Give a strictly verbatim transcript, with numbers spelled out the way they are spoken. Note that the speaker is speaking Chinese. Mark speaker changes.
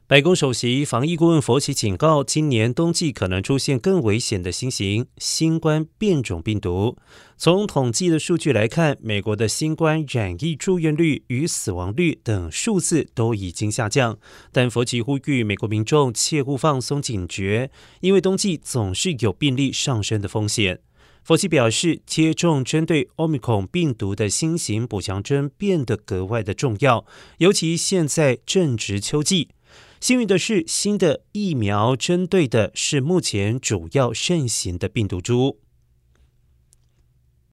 Speaker 1: 白宫首席防疫顾问佛奇警告，今年冬季可能出现更危险的新型新冠变种病毒。从统计的数据来看，美国的新冠染疫住院率与死亡率等数字都已经下降，但佛奇呼吁美国民众切勿放松警觉，因为冬季总是有病例上升的风险。佛奇表示，接种针对 Omicron 病毒的新型补强针变得格外的重要，尤其现在正值秋季。幸运的是，新的疫苗针对的是目前主要盛行的病毒株。